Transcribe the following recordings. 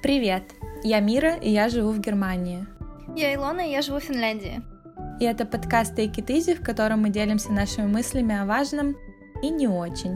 Привет! Я Мира, и я живу в Германии. Я Илона, и я живу в Финляндии. И это подкаст Take It Easy, в котором мы делимся нашими мыслями о важном и не очень.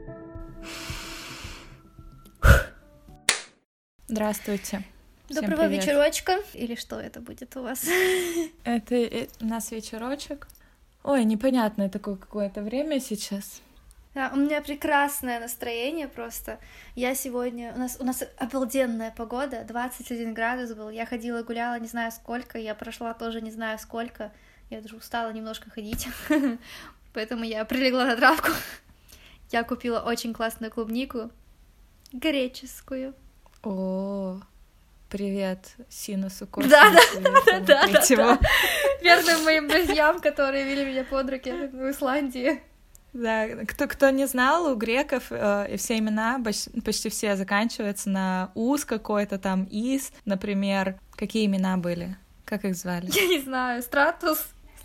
Здравствуйте. Доброго вечерочка. Или что это будет у вас? Это у нас вечерочек. Ой, непонятное такое какое-то время сейчас. Да, у меня прекрасное настроение просто. Я сегодня... У нас обалденная погода, 21 градус был. Я ходила, гуляла не знаю сколько, я прошла тоже не знаю сколько. Я даже устала немножко ходить, поэтому я прилегла на травку. Я купила очень классную клубнику, греческую. О, привет синусу, косинусу. Да. Верным моим друзьям, которые вели меня под руки в Исландии. Да, кто не знал, у греков все имена, почти все заканчиваются на «ус» какой-то там, «ис», например. Какие имена были? Как их звали? Я не знаю. Стратус.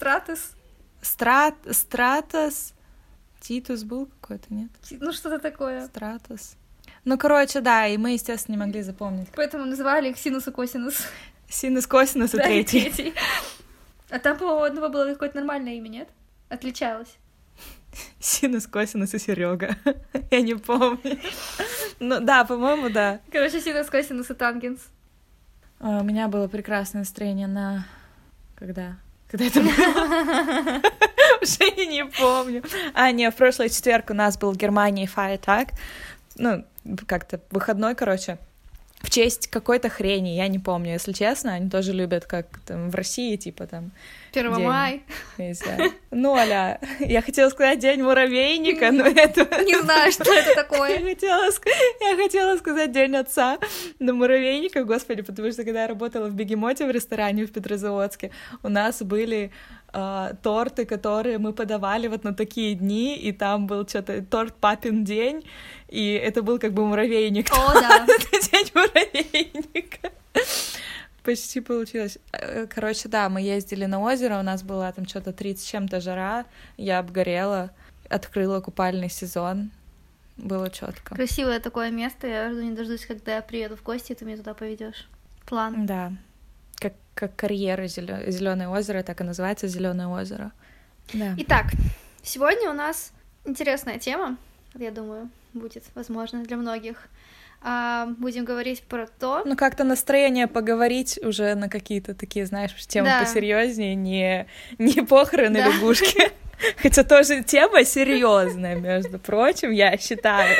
Стратос. Титус был какой-то, нет? Ну, что-то такое. Стратос. Ну, короче, да, и мы, естественно, не могли запомнить. Поэтому называли их синус и косинус. Синус, косинус и третий. А там, по-моему, у одного было какое-то нормальное имя, нет? Отличалось. Синус, косинус и Серега. Я не помню. Ну, да, по-моему, да. Короче, синус, косинус и тангенс. У меня было прекрасное настроение на... Когда это было? Уже не помню. В прошлый четверг у нас был в Германии фаертаг. Ну, как-то выходной, короче. В честь какой-то хрени, я не помню, если честно. Они тоже любят, как там в России, типа там... 1 мая. Ну, а-ля, я хотела сказать День муравейника, но это... Не знаю, что это такое. Я хотела сказать День отца, но муравейника, господи, потому что когда я работала в Бегемоте в ресторане в Петрозаводске, у нас были торты, которые мы подавали вот на такие дни, и там был что-то торт «Папин день», и это был как бы муравейник. О, да. Это День муравейника. Почти получилось. Короче, да, мы ездили на озеро, у нас была там что-то 30 с чем-то жара, я обгорела, открыла купальный сезон, было четко. Красивое такое место, я жду не дождусь, когда я приеду в гости, и ты меня туда поведешь. План. Да, как карьера Зеленое озеро, так и называется Зеленое озеро. Да. Итак, сегодня у нас интересная тема, я думаю, будет возможно для многих. Будем говорить про то... Ну, как-то настроение поговорить уже на какие-то такие, знаешь, темы посерьезнее, не похороны лягушки. Хотя тоже тема серьезная, между прочим, я считаю.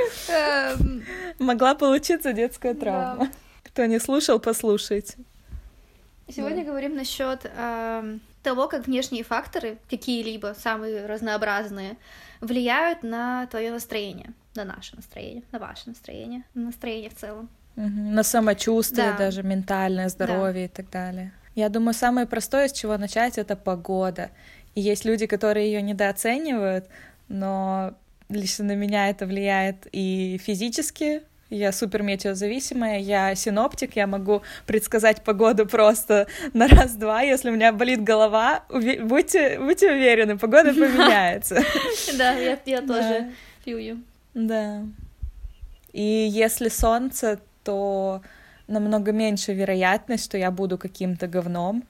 Могла получиться детская травма. Кто не слушал, послушайте. Сегодня говорим насчет того, как внешние факторы, какие-либо, самые разнообразные, влияют на твое настроение. На наше настроение, на ваше настроение, на настроение в целом. На самочувствие, даже ментальное здоровье и так далее. Я думаю, самое простое, с чего начать, это погода. И есть люди, которые ее недооценивают, но лично на меня это влияет и физически. Я суперметеозависимая, я синоптик, я могу предсказать погоду просто на раз-два. Если у меня болит голова, будьте уверены, погода поменяется. Да, я тоже филю. Да. И если солнце, то намного меньше вероятность, что я буду каким-то говном,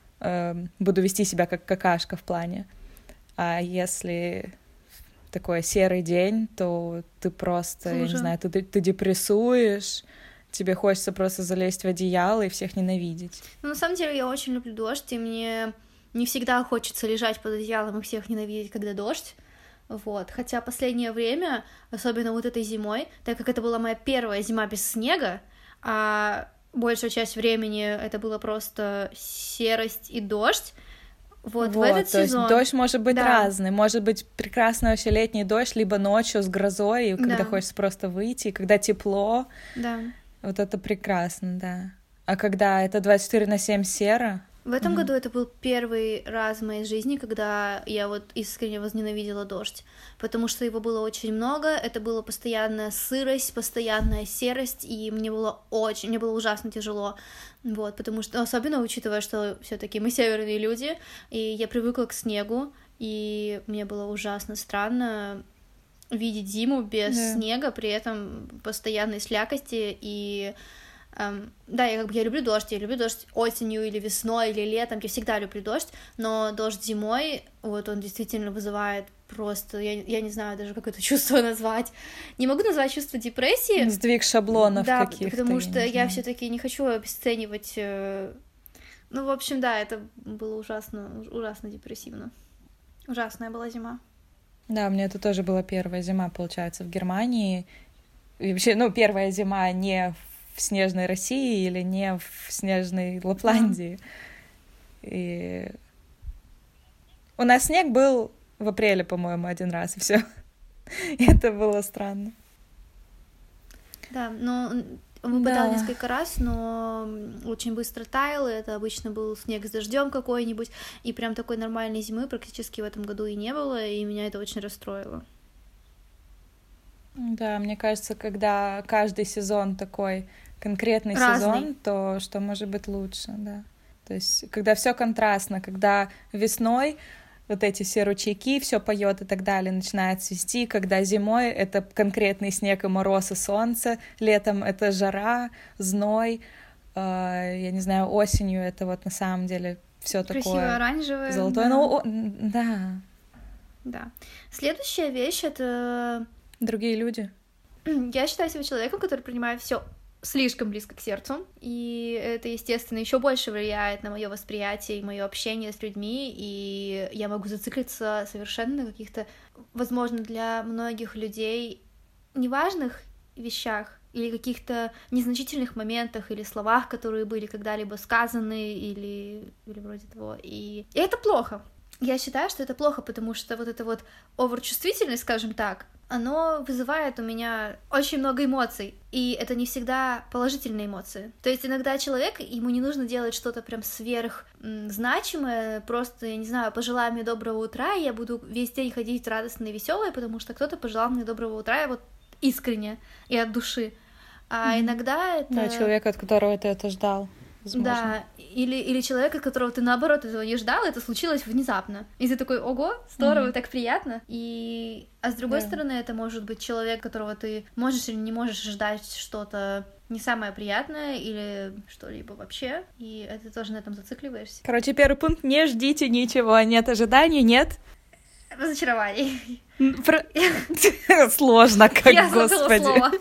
буду вести себя как какашка в плане. А если такой серый день, то ты просто, я не знаю, ты депрессуешь, тебе хочется просто залезть в одеяло и всех ненавидеть. Ну, на самом деле, я очень люблю дождь, и мне не всегда хочется лежать под одеялом и всех ненавидеть, когда дождь. Вот, хотя последнее время, особенно вот этой зимой, так как это была моя первая зима без снега, а большая часть времени это было просто серость и дождь, вот в этот сезон... То есть дождь может быть разный, может быть прекрасный вообще летний дождь, либо ночью с грозой, когда хочется просто выйти, когда тепло, вот это прекрасно, да. А когда это 24/7 серо... В этом году это был первый раз в моей жизни, когда я вот искренне возненавидела дождь, потому что его было очень много, это была постоянная сырость, постоянная серость, и мне было ужасно тяжело, вот, потому что, особенно учитывая, что все-таки мы северные люди, и я привыкла к снегу, и мне было ужасно странно видеть зиму без снега, при этом постоянной слякости и Да, я люблю дождь осенью или весной или летом, я всегда люблю дождь, но дождь зимой, вот он действительно вызывает просто, я не знаю даже, как это чувство назвать, не могу назвать чувство депрессии. Сдвиг шаблонов да, каких-то. Потому что я все-таки не хочу обесценивать, ну, в общем, да, это было ужасно депрессивно. Ужасная была зима. Да, у меня это тоже была первая зима, получается, в Германии. И вообще, первая зима не в снежной России или не в снежной Лапландии. И у нас снег был в апреле, по-моему, один раз, и все. Это было странно. Да, но он выпадал несколько раз, но очень быстро таял, и это обычно был снег с дождем какой-нибудь, и прям такой нормальной зимы практически в этом году и не было, и меня это очень расстроило. Да, мне кажется, когда каждый сезон такой конкретный сезон, то что может быть лучше, да. То есть, когда все контрастно, когда весной вот эти все ручейки, все поет и так далее, начинает цвести, когда зимой это конкретный снег и мороз и солнце, летом это жара, зной, я не знаю, осенью это вот на самом деле все такое оранжевое, золотое, да. Да. Да. Следующая вещь — это другие люди. Я считаю себя человеком, который принимает все слишком близко к сердцу, и это, естественно, еще больше влияет на мое восприятие и мое общение с людьми, и я могу зациклиться совершенно на каких-то, возможно, для многих людей неважных вещах или каких-то незначительных моментах или словах, которые были когда-либо сказаны или вроде того, и это плохо. Я считаю, что это плохо, потому что вот эта вот оверчувствительность, скажем так, оно вызывает у меня очень много эмоций, и это не всегда положительные эмоции. То есть иногда человек, ему не нужно делать что-то прям сверхзначимое, просто, я не знаю, пожелай мне доброго утра, и я буду весь день ходить радостной и веселой, потому что кто-то пожелал мне доброго утра, и вот искренне и от души. А иногда это... Да, человек, от которого ты это ждал. Возможно. Да, или человек, от которого ты, наоборот, этого не ждал, это случилось внезапно. И ты такой, ого, здорово, так приятно. А с другой стороны, это может быть человек, которого ты можешь или не можешь ждать что-то не самое приятное или что-либо вообще, и ты тоже на этом зацикливаешься. Короче, первый пункт — не ждите ничего, нет ожиданий, нет... разочарований. Сложно, как, господи. Я слово.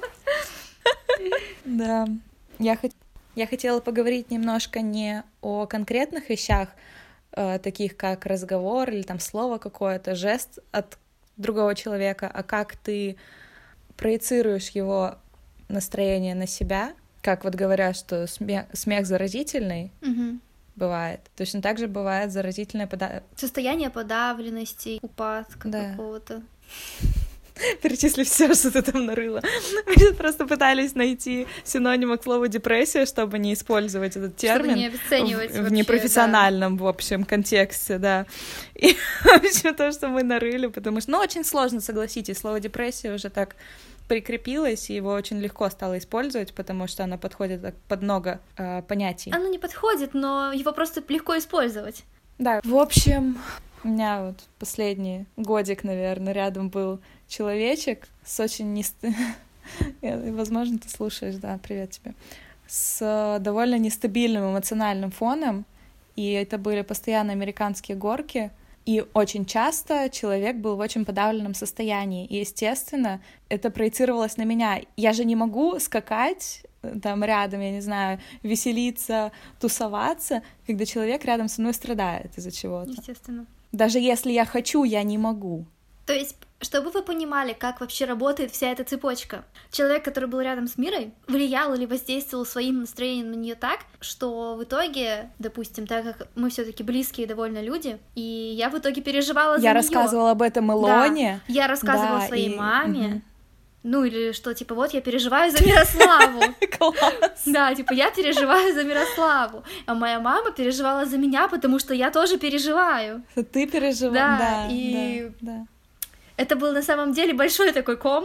Да, я хотела поговорить немножко не о конкретных вещах, таких как разговор или там слово какое-то, жест от другого человека, а как ты проецируешь его настроение на себя, как вот говорят, что смех заразительный бывает. Точно так же бывает заразительное состояние подавленности, упадка какого-то. Перечисли все, что ты там нарыла. Мы просто пытались найти синонимы к слову депрессия, чтобы не использовать этот термин. Чтобы не обесценивать в непрофессиональном, в общем, контексте, да. И, в общем, то, что мы нарыли, потому что, очень сложно, согласитесь, слово депрессия уже так прикрепилось, и его очень легко стало использовать, потому что оно подходит под много понятий. Оно не подходит, но его просто легко использовать. Да, в общем, у меня вот последний годик, наверное, рядом был человечек с очень возможно, ты слушаешь, да, привет тебе, с довольно нестабильным эмоциональным фоном, и это были постоянно американские горки, и очень часто человек был в очень подавленном состоянии, и, естественно, это проецировалось на меня. Я же не могу скакать там рядом, я не знаю, веселиться, тусоваться, когда человек рядом со мной страдает из-за чего-то. Естественно. Даже если я хочу, я не могу. То есть, чтобы вы понимали, как вообще работает вся эта цепочка, человек, который был рядом с Мирой, влиял или воздействовал своим настроением на нее так, что в итоге, допустим, так как мы все-таки близкие довольно люди, и я в итоге переживала за нее. Я рассказывала об этом Илоне. Да, я рассказывала своей маме. Ну, или что, типа, вот я переживаю за Мирославу. Класс. Да, типа, я переживаю за Мирославу. А моя мама переживала за меня, потому что я тоже переживаю. Ты переживала, да. Это был на самом деле большой такой ком.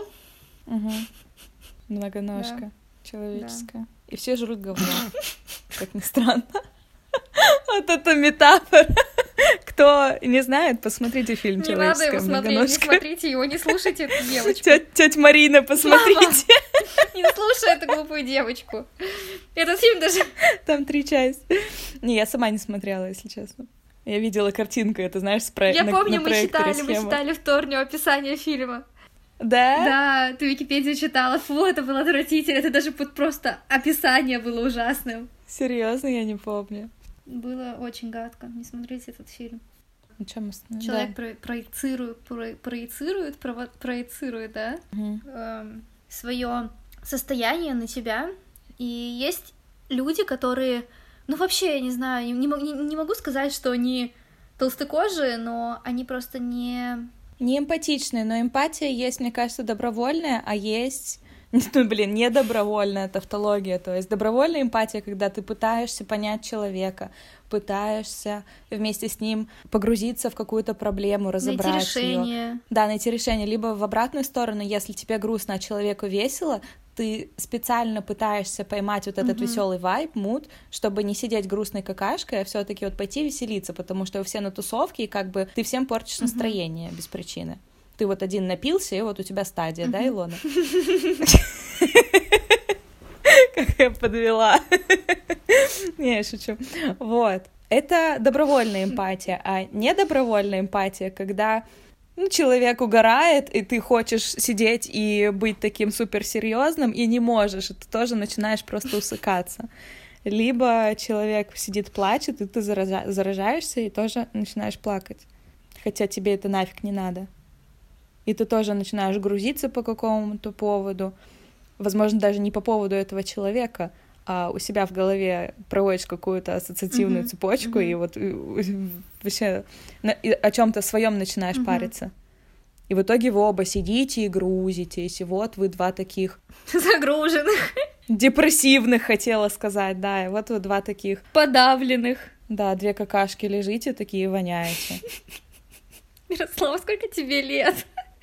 Многоножка человеческая. И все жрут говно, как ни странно. Вот это метафора. Кто не знает, посмотрите фильм «Человеческая многоножка». Не надо его смотреть, не смотрите его, не слушайте эту девочку. Тётя Марина, посмотрите. Мама, не слушай эту глупую девочку. Этот фильм даже... Там 3 части. Не, я сама не смотрела, если честно. Я видела картинку, это, знаешь, Я помню, мы читали в Торню описание фильма. Да? Да, ты Википедию читала. Фу, это было отвратительно. Это даже просто описание было ужасным. Серьезно, я не помню. Было очень гадко. Не смотрите этот фильм. Человек проецирует, да? Свое состояние на тебя. И есть люди, которые... Ну, вообще, я не знаю, не могу сказать, что они толстокожие, но они просто не... Не эмпатичные, но эмпатия есть, мне кажется, добровольная, а есть... недобровольная тавтология. То есть добровольная эмпатия, когда ты пытаешься понять человека, пытаешься вместе с ним погрузиться в какую-то проблему, разобрать найти решение. Её. Да, найти решение. Либо в обратную сторону, если тебе грустно, а человеку весело, ты специально пытаешься поймать вот этот веселый вайб, муд, чтобы не сидеть грустной какашкой, а все-таки вот пойти веселиться, потому что вы все на тусовке, и как бы ты всем портишь настроение без причины. Ты вот один напился, и вот у тебя стадия, да, Илона? Как я подвела. Не, я шучу. Вот. Это добровольная эмпатия, а недобровольная эмпатия, когда человек угорает, и ты хочешь сидеть и быть таким суперсерьезным, и не можешь, и ты тоже начинаешь просто усыкаться. Либо человек сидит, плачет, и ты заражаешься, и тоже начинаешь плакать. Хотя тебе это нафиг не надо. И ты тоже начинаешь грузиться по какому-то поводу. Возможно, даже не по поводу этого человека, а у себя в голове проводишь какую-то ассоциативную цепочку, и вот вообще о чем-то своем начинаешь париться. И в итоге вы оба сидите и грузитесь, и вот вы 2 таких... Загруженных. Депрессивных, хотела сказать, да, и вот вы 2 таких... Подавленных. Да, 2 какашки лежите, такие воняете. Мирослава, сколько тебе лет?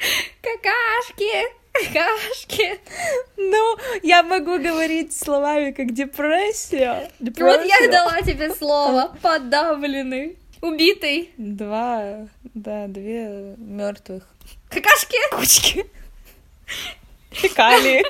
Какашки. Ну, я могу говорить словами как депрессия. Вот я дала тебе слово. Подавленный. Убитый. 2 мертвых. Какашки? Кучки. Фекалии.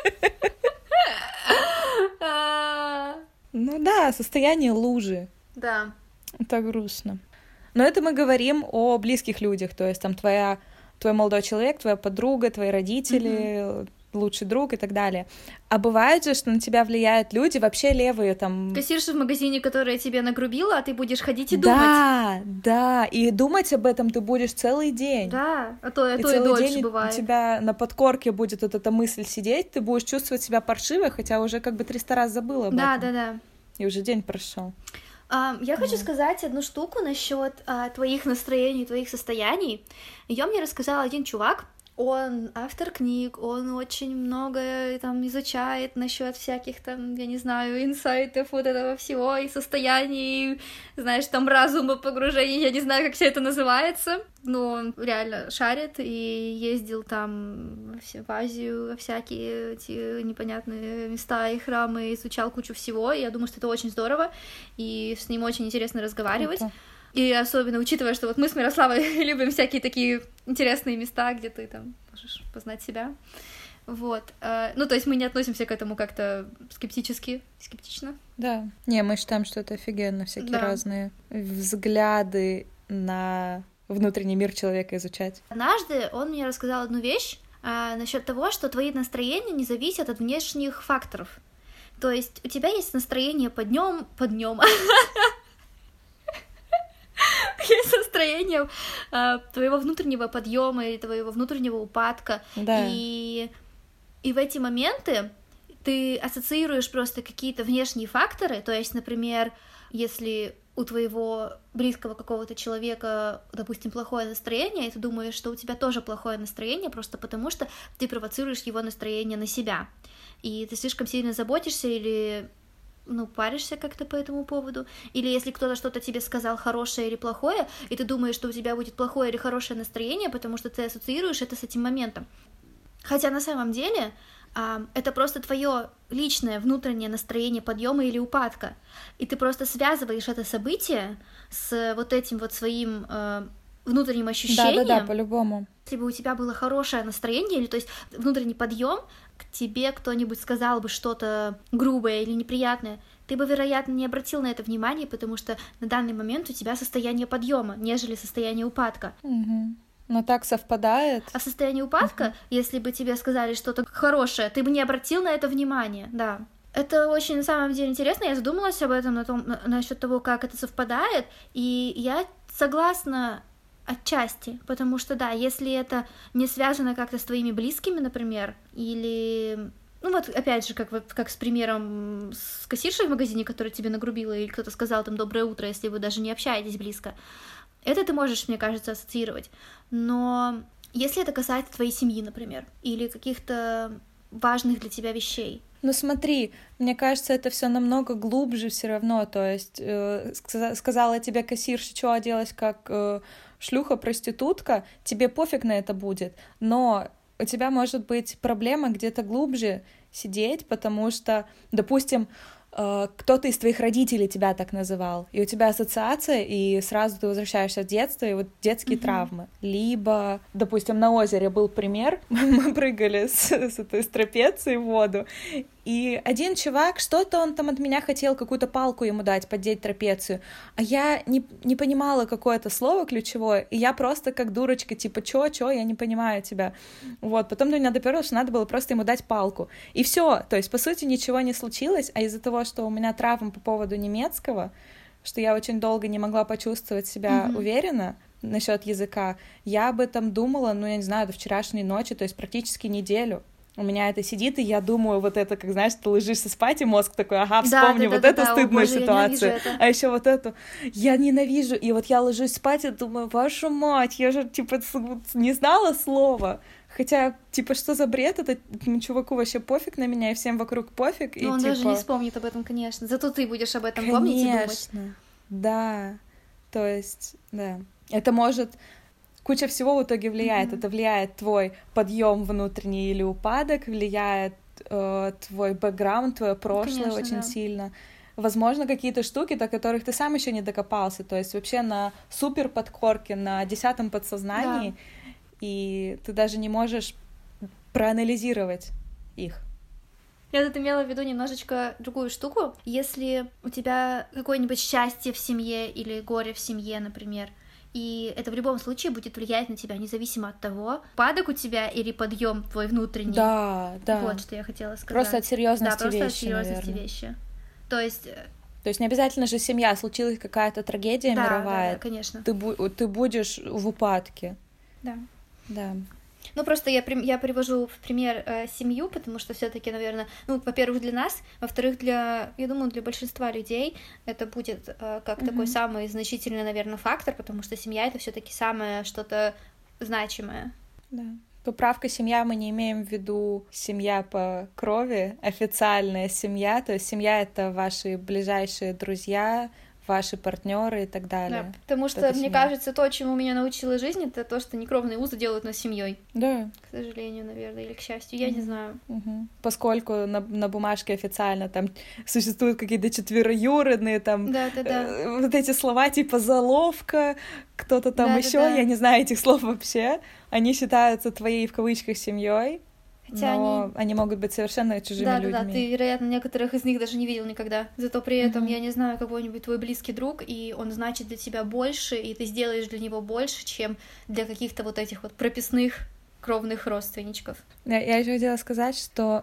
Ну да, состояние лужи. Да. Это грустно. Но это мы говорим о близких людях, то есть там твой молодой человек, твоя подруга, твои родители, лучший друг и так далее. А бывает же, что на тебя влияют люди вообще левые там... Кассирша в магазине, которая тебе нагрубила, а ты будешь ходить и думать. Да, и думать об этом ты будешь целый день. Да, а то и целый дольше день бывает. У тебя на подкорке будет вот эта мысль сидеть, ты будешь чувствовать себя паршиво, хотя уже как бы 300 раз забыла об этом. Да. И уже день прошел. Я хочу сказать одну штуку насчет твоих настроений, твоих состояний. Ее мне рассказал один чувак. Он автор книг, он очень многое там изучает насчет всяких там, я не знаю, инсайтов вот этого всего, и состояний, знаешь, там разума, погружений, я не знаю, как все это называется, но он реально шарит и ездил там в Азию, во всякие эти непонятные места и храмы, изучал кучу всего, и я думаю, что это очень здорово, и с ним очень интересно разговаривать. И особенно учитывая, что вот мы с Мирославой любим всякие такие интересные места, где ты там можешь познать себя. Вот. Ну, то есть мы не относимся к этому как-то скептично. Да. Не, мы считаем, что это офигенно, всякие разные взгляды на внутренний мир человека изучать. Однажды он мне рассказал одну вещь насчет того, что твои настроения не зависят от внешних факторов. То есть у тебя есть настроение под днем. Есть настроение твоего внутреннего подъема или твоего внутреннего упадка. Да. И в эти моменты ты ассоциируешь просто какие-то внешние факторы. То есть, например, если у твоего близкого какого-то человека, допустим, плохое настроение, и ты думаешь, что у тебя тоже плохое настроение, просто потому что ты провоцируешь его настроение на себя. И ты слишком сильно заботишься или... паришься как-то по этому поводу, или если кто-то что-то тебе сказал хорошее или плохое, и ты думаешь, что у тебя будет плохое или хорошее настроение, потому что ты ассоциируешь это с этим моментом. Хотя на самом деле это просто твое личное внутреннее настроение подъема или упадка, и ты просто связываешь это событие с вот этим вот своим внутренним ощущениям. Да, по-любому. Если бы у тебя было хорошее настроение, или то есть внутренний подъем, к тебе кто-нибудь сказал бы что-то грубое или неприятное, ты бы, вероятно, не обратил на это внимание, потому что на данный момент у тебя состояние подъема, нежели состояние упадка. Но так совпадает. А в состоянии упадка, если бы тебе сказали что-то хорошее, ты бы не обратил на это внимание, да. Это очень, на самом деле, интересно. Я задумалась об этом, насчет того, как это совпадает, и я согласна отчасти, потому что, да, если это не связано как-то с твоими близкими, например, или... Ну вот, опять же, как с примером с кассиршей в магазине, которая тебе нагрубила, или кто-то сказал там «доброе утро», если вы даже не общаетесь близко. Это ты можешь, мне кажется, ассоциировать. Но если это касается твоей семьи, например, или каких-то важных для тебя вещей. Ну смотри, мне кажется, это все намного глубже все равно. То есть сказала тебе кассирша, что оделась как шлюха, проститутка, тебе пофиг на это будет. Но у тебя может быть проблема где-то глубже сидеть, потому что, допустим, кто-то из твоих родителей тебя так называл, и у тебя ассоциация, и сразу ты возвращаешься в детство, и вот детские травмы. Либо, допустим, на озере был пример, мы прыгали с трапеции в воду, и один чувак, что-то он там от меня хотел, какую-то палку ему дать, поддеть трапецию, а я не понимала какое-то слово ключевое, и я просто как дурочка, типа, чё, я не понимаю тебя. Вот, потом до меня доперло, что надо было просто ему дать палку. И все, то есть, по сути, ничего не случилось, а из-за того, что у меня травма по поводу немецкого, что я очень долго не могла почувствовать себя уверенно насчет языка, я об этом думала, ну, я не знаю, до вчерашней ночи, то есть практически неделю. У меня это сидит, и я думаю, вот это, как, знаешь, ты ложишься спать, и мозг такой, ага, вспомни вот эту стыдную ситуацию, а еще вот эту. Я ненавижу, и вот я ложусь спать и думаю, вашу мать, я же, типа, не знала слова. Хотя, типа, что за бред? Этому чуваку вообще пофиг на меня, и всем вокруг пофиг. Но он даже не вспомнит об этом, конечно. Зато ты будешь об этом помнить и думать. Конечно, да. То есть, да. Это может... Куча всего в итоге влияет. Это влияет твой подъем внутренний или упадок, влияет твой бэкграунд, твое прошлое очень сильно. Возможно, какие-то штуки, до которых ты сам еще не докопался. То есть вообще на супер подкорке, на 10-м подсознании, и ты даже не можешь проанализировать их. Я тут имела в виду немножечко другую штуку. Если у тебя какое-нибудь счастье в семье или горе в семье, например, и это в любом случае будет влиять на тебя, независимо от того, падок у тебя или подъем твой внутренний. Да. Вот что я хотела сказать. Просто от серьезности вещи, просто от серьезности вещи. То есть не обязательно же семья, случилась какая-то трагедия мировая. Да, конечно. Ты будешь в упадке. Да. Ну, просто я привожу в пример семью, потому что все-таки, наверное, ну, во-первых, для нас, во-вторых, я думаю, для большинства людей это будет как такой самый значительный, наверное, фактор, потому что семья — это все-таки самое что-то значимое. Да. Поправка семья, мы не имеем в виду семья по крови, официальная семья, то есть семья — это ваши ближайшие друзья, ваши партнеры и так далее. Да, потому что, мне кажется, то, чему меня научила жизнь, это то, что некровные узы делают нас семьей. Да. К сожалению, наверное, или к счастью, я не знаю. Поскольку на бумажке официально там существуют какие-то четвероюродные, там вот эти слова типа заловка, кто-то там еще, я не знаю этих слов вообще, они считаются твоей, в кавычках, семьей. Но они могут быть совершенно чужими людьми. Да, ты, вероятно, некоторых из них даже не видел никогда. Зато при этом, я не знаю, какой-нибудь твой близкий друг, и он значит для тебя больше, и ты сделаешь для него больше, чем для каких-то вот этих вот прописных кровных родственничков. Я еще хотела сказать, что...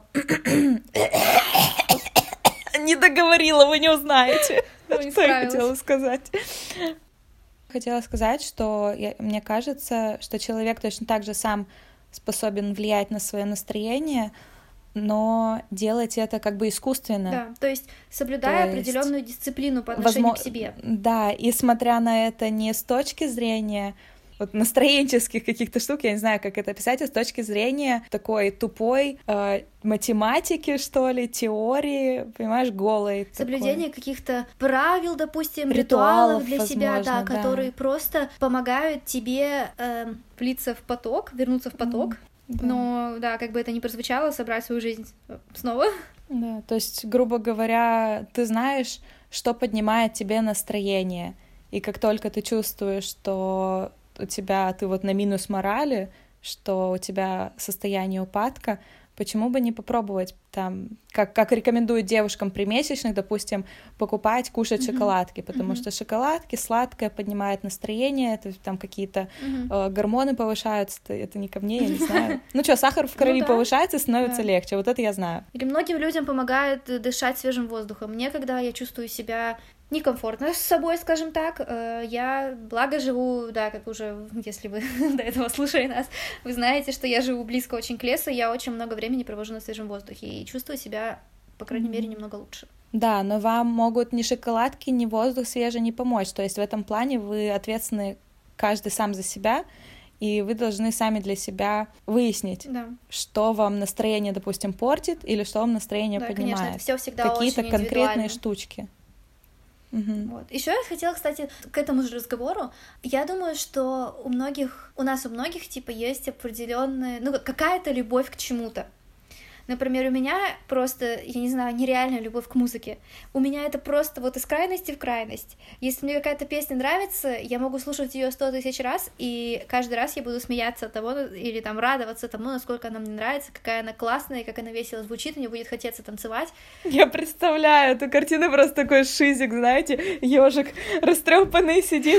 Не договорила, вы не узнаете, что я хотела сказать. Хотела сказать, что мне кажется, что человек точно так же сам способен влиять на свое настроение, но делать это как бы искусственно. Да, то есть соблюдая определенную дисциплину по отношению к себе. Да, и смотря на это не с точки зрения вот настроенческих каких-то штук, я не знаю, как это описать, а с точки зрения такой тупой математики, что ли, теории, понимаешь, голой. Соблюдение каких-то правил, допустим, ритуалов для себя, да, которые просто помогают тебе влиться в поток, вернуться в поток. Но, да, как бы это ни прозвучало, собрать свою жизнь снова. Да, то есть, грубо говоря, ты знаешь, что поднимает тебе настроение, и как только ты чувствуешь, что у тебя, ты вот на минус морали, что у тебя состояние упадка, почему бы не попробовать там, как рекомендуют девушкам при месячных, допустим, покупать, кушать шоколадки, потому что шоколадки, сладкое поднимает настроение, это там какие-то гормоны повышаются, это не ко мне, я не знаю. Ну что, сахар в крови повышается, становится легче, вот это я знаю. Или многим людям помогает дышать свежим воздухом. Мне, когда я чувствую себя некомфортно с собой, скажем так. Я, благо, живу, да, как уже, если вы до этого слушали нас, вы знаете, что я живу близко очень к лесу, я очень много времени провожу на свежем воздухе и чувствую себя, по крайней мере, немного лучше. Да, но вам могут ни шоколадки, ни воздух свежий не помочь, то есть в этом плане вы ответственны каждый сам за себя, и вы должны сами для себя выяснить, что вам настроение, допустим, портит, или что вам настроение поднимает. Конечно, это всё всегда какие-то очень конкретные штучки. Вот. Еще я хотела, кстати, к этому же разговору. Я думаю, что у нас у многих типа есть определенная, какая-то любовь к чему-то. Например, у меня просто, я не знаю, нереальная любовь к музыке. У меня это просто вот из крайности в крайность. Если мне какая-то песня нравится, я могу слушать ее 100 000 раз, и каждый раз я буду смеяться от того, или там радоваться тому, насколько она мне нравится, какая она классная, как она весело звучит, мне будет хотеться танцевать. Я представляю эту картину, просто такой шизик, знаете, ежик растрепанный сидит.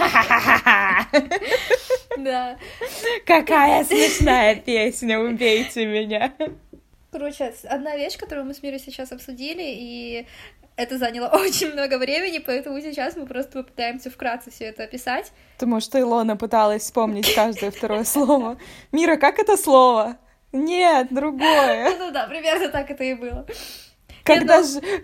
Да. Какая смешная песня, убейте меня. Короче, одна вещь, которую мы с Мирой сейчас обсудили, и это заняло очень много времени, поэтому сейчас мы просто попытаемся вкратце все это описать. Потому что Илона пыталась вспомнить каждое второе слово. Мира, как это слово? Нет, другое. Ну да, примерно так это и было. Когда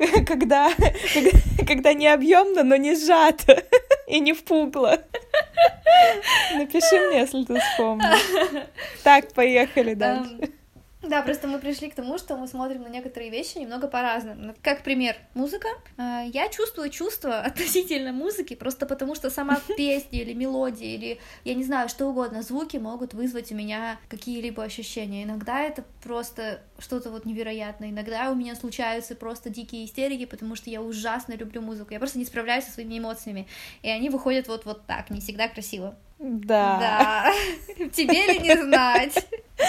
не объемно, но не сжато и не впукло. Напиши мне, если ты вспомнишь. Так, поехали дальше. Да, просто мы пришли к тому, что мы смотрим на некоторые вещи немного по-разному. Как пример, музыка. Я чувствую чувства относительно музыки, просто потому что сама песня или мелодия, или, я не знаю, что угодно, звуки могут вызвать у меня какие-либо ощущения. Иногда это просто что-то вот невероятное. Иногда у меня случаются просто дикие истерики, потому что я ужасно люблю музыку. Я просто не справляюсь со своими эмоциями. И они выходят вот так, не всегда красиво. Да. Тебе ли не знать?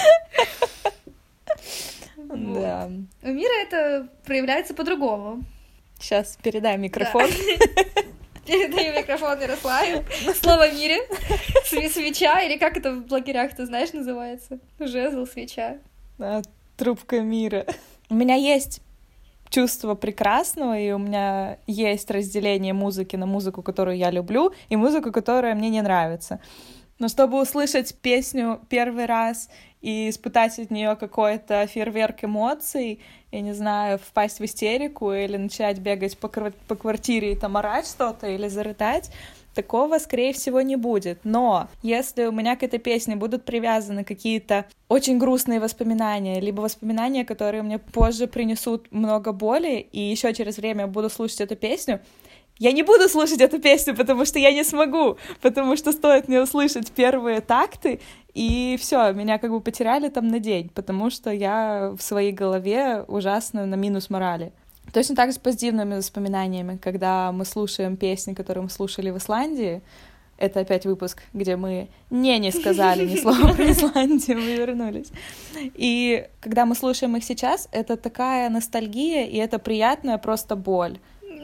Да. У Мира это проявляется по-другому. Сейчас передай микрофон. Передаю микрофон Ярославе. Слово Мире. Свеча, или как это в лагерях, ты знаешь, называется? Жезл, свеча. Трубка мира. У меня есть чувство прекрасного, и у меня есть разделение музыки на музыку, которую я люблю, и музыку, которая мне не нравится. Но чтобы услышать песню первый раз и испытать от нее какой-то фейерверк эмоций, я не знаю, впасть в истерику или начать бегать по квартире и там орать что-то или зарыдать, такого, скорее всего, не будет. Но если у меня к этой песне будут привязаны какие-то очень грустные воспоминания, либо воспоминания, которые мне позже принесут много боли, и еще через время буду слушать эту песню, я не буду слушать эту песню, потому что я не смогу, потому что стоит мне услышать первые такты, и все, меня как бы потеряли там на день, потому что я в своей голове ужасно на минус морали. Точно так же с позитивными воспоминаниями, когда мы слушаем песни, которые мы слушали в Исландии. Это опять выпуск, где мы не сказали ни слова про Исландию, мы вернулись. И когда мы слушаем их сейчас, это такая ностальгия, и это приятная просто боль.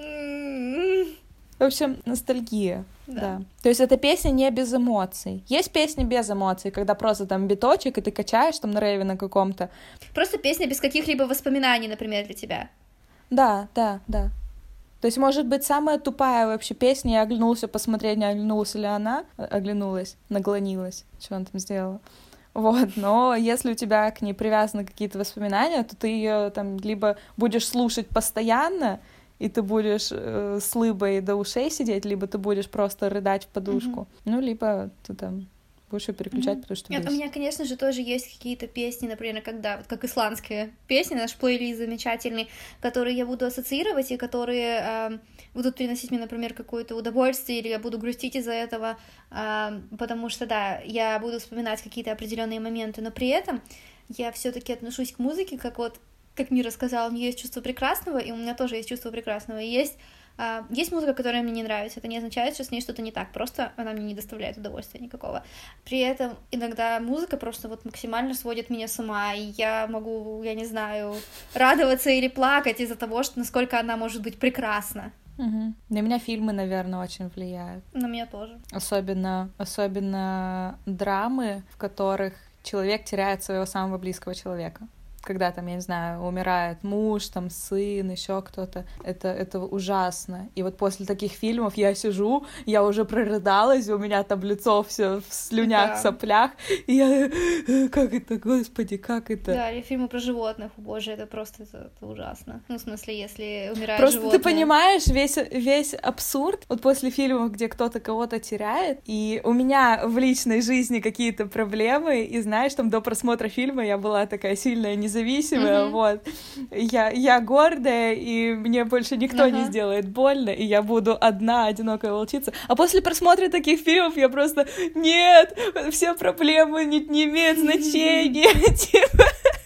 В общем, ностальгия, да. То есть эта песня не без эмоций. Есть песни без эмоций, когда просто там биточек, и ты качаешь там на рейве на каком-то. Просто песня без каких-либо воспоминаний, например, для тебя. Да. То есть, может быть, самая тупая вообще песня, я оглянулся посмотреть, не оглянулась ли она, оглянулась, наклонилась, что она там сделала. Вот, но если у тебя к ней привязаны какие-то воспоминания, то ты ее там либо будешь слушать постоянно, и ты будешь с лыбой до ушей сидеть, либо ты будешь просто рыдать в подушку, ну, либо ты там будешь ее переключать, потому что Нет, у меня, конечно же, тоже есть какие-то песни, например, когда, вот как исландская песня, наш плейлист замечательный, которые я буду ассоциировать, и которые будут приносить мне, например, какое-то удовольствие, или я буду грустить из-за этого, потому что, да, я буду вспоминать какие-то определенные моменты, но при этом я все-таки отношусь к музыке, как Мира сказала, у нее есть чувство прекрасного, и у меня тоже есть чувство прекрасного, и есть Есть музыка, которая мне не нравится, это не означает, что с ней что-то не так, просто она мне не доставляет удовольствия никакого. При этом иногда музыка просто вот максимально сводит меня с ума, и я могу, я не знаю, радоваться или плакать из-за того, что насколько она может быть прекрасна. Угу. На меня фильмы, наверное, очень влияют. На меня тоже. Особенно драмы, в которых человек теряет своего самого близкого человека. Когда там, я не знаю, умирает муж, там сын, еще кто-то, это ужасно. И вот после таких фильмов я сижу, я уже прорыдалась, у меня там лицо все в слюнях, в соплях, и я, как это, господи, как это? Да, или фильмы про животных, боже, это просто это ужасно. Ну, в смысле, если умирают просто животные. Ты понимаешь весь абсурд, вот после фильмов, где кто-то кого-то теряет, и у меня в личной жизни какие-то проблемы, и знаешь, там до просмотра фильма я была такая сильная, независимая, вот. Я гордая, и мне больше никто не сделает больно, и я буду одна, одинокая волчица. А после просмотра таких фильмов я просто, нет, все проблемы не имеют значения, типа.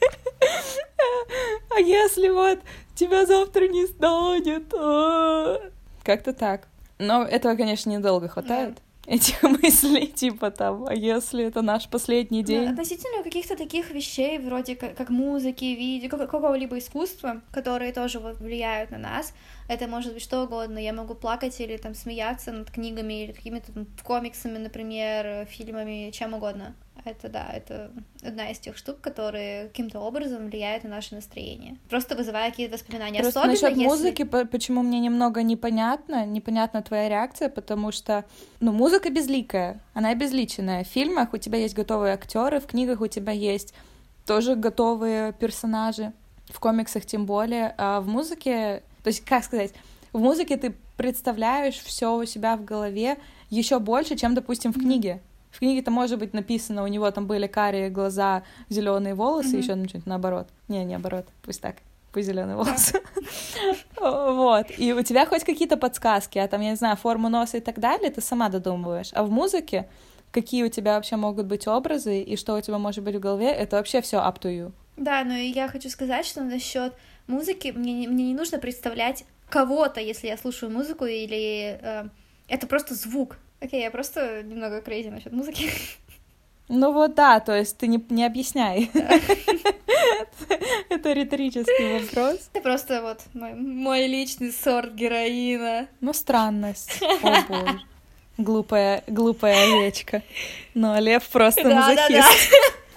А если вот тебя завтра не станет? Как-то так. Но этого, конечно, недолго хватает. Этих мыслей, типа там, а если это наш последний день? Относительно каких-то таких вещей, вроде как музыки, видео, какого-либо искусства, которые тоже вот влияют на нас, это может быть что угодно, я могу плакать или там смеяться над книгами или какими-то там комиксами, например, фильмами, чем угодно. Это одна из тех штук, которые каким-то образом влияют на наше настроение, просто вызывая какие-то воспоминания. Просто насчет музыки, почему мне немного непонятна твоя реакция, потому что, музыка безликая, она безличная. В фильмах у тебя есть готовые актеры, в книгах у тебя есть тоже готовые персонажи, в комиксах тем более, а в музыке, то есть, как сказать, в музыке ты представляешь все у себя в голове еще больше, чем, допустим, в книге. В книге-то, может быть, написано, у него там были карие глаза, зеленые волосы, еще что-нибудь наоборот. Не наоборот, пусть так, пусть зеленые волосы. Вот. И у тебя хоть какие-то подсказки, а там, я не знаю, форму носа и так далее, ты сама додумываешь. А в музыке какие у тебя вообще могут быть образы и что у тебя может быть в голове, это вообще все up to you. Да, но я хочу сказать, что насчет музыки мне не нужно представлять кого-то, если я слушаю музыку, или это просто звук. Окей, я просто немного crazy насчет музыки. Ну вот да, то есть ты не объясняй. Это риторический вопрос. Это просто вот мой личный сорт героина. Странность. О боже. Глупая овечка. Но лев просто мазохист.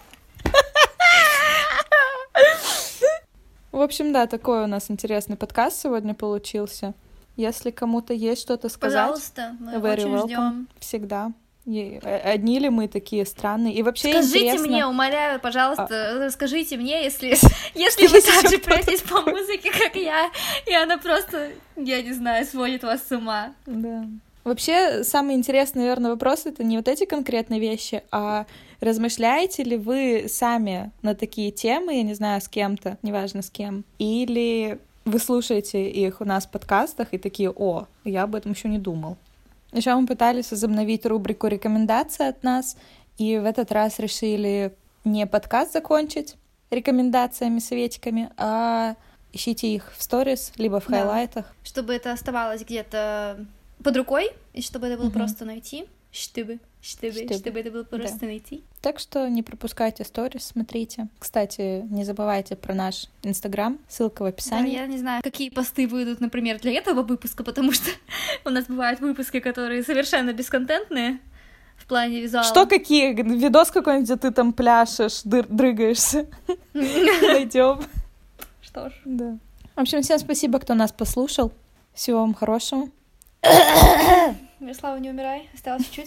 В общем, да, такой у нас интересный подкаст сегодня получился. Если кому-то есть что-то сказать, пожалуйста, мы очень ждем. Всегда. Одни ли мы такие странные? И вообще скажите интересно... мне, умоляю, пожалуйста, скажите мне, если вы так же пройтись по музыке, как я, и она просто, я не знаю, сводит вас с ума. Да. Вообще, самый интересный, наверное, вопрос — это не вот эти конкретные вещи, а размышляете ли вы сами на такие темы, я не знаю, с кем-то, неважно с кем, или... Вы слушаете их у нас в подкастах и такие, я об этом еще не думал. Еще мы пытались возобновить рубрику рекомендаций от нас, и в этот раз решили не подкаст закончить рекомендациями, советиками, а ищите их в сторис, либо в хайлайтах. Чтобы это оставалось где-то под рукой, и чтобы это было просто найти, чтобы это было просто найти. Так что не пропускайте сторис, смотрите. Кстати, не забывайте про наш Инстаграм, ссылка в описании. Да, я не знаю, какие посты выйдут, например, для этого выпуска, потому что у нас бывают выпуски, которые совершенно бесконтентные в плане визуала. Что какие? Видос какой-нибудь, где ты там пляшешь, дрыгаешься. Найдем. Что ж. Да. В общем, всем спасибо, кто нас послушал. Всего вам хорошего. Мирослава, не умирай, осталось чуть-чуть.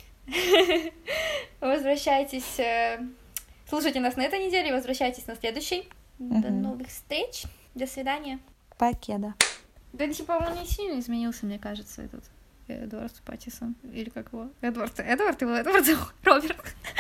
Возвращайтесь, слушайте нас на этой неделе, возвращайтесь на следующей. До новых встреч, до свидания. Покеда. Да, типа, он не сильно изменился, мне кажется, этот Эдвард Паттисон. Или как его? Эдвард, Роберт.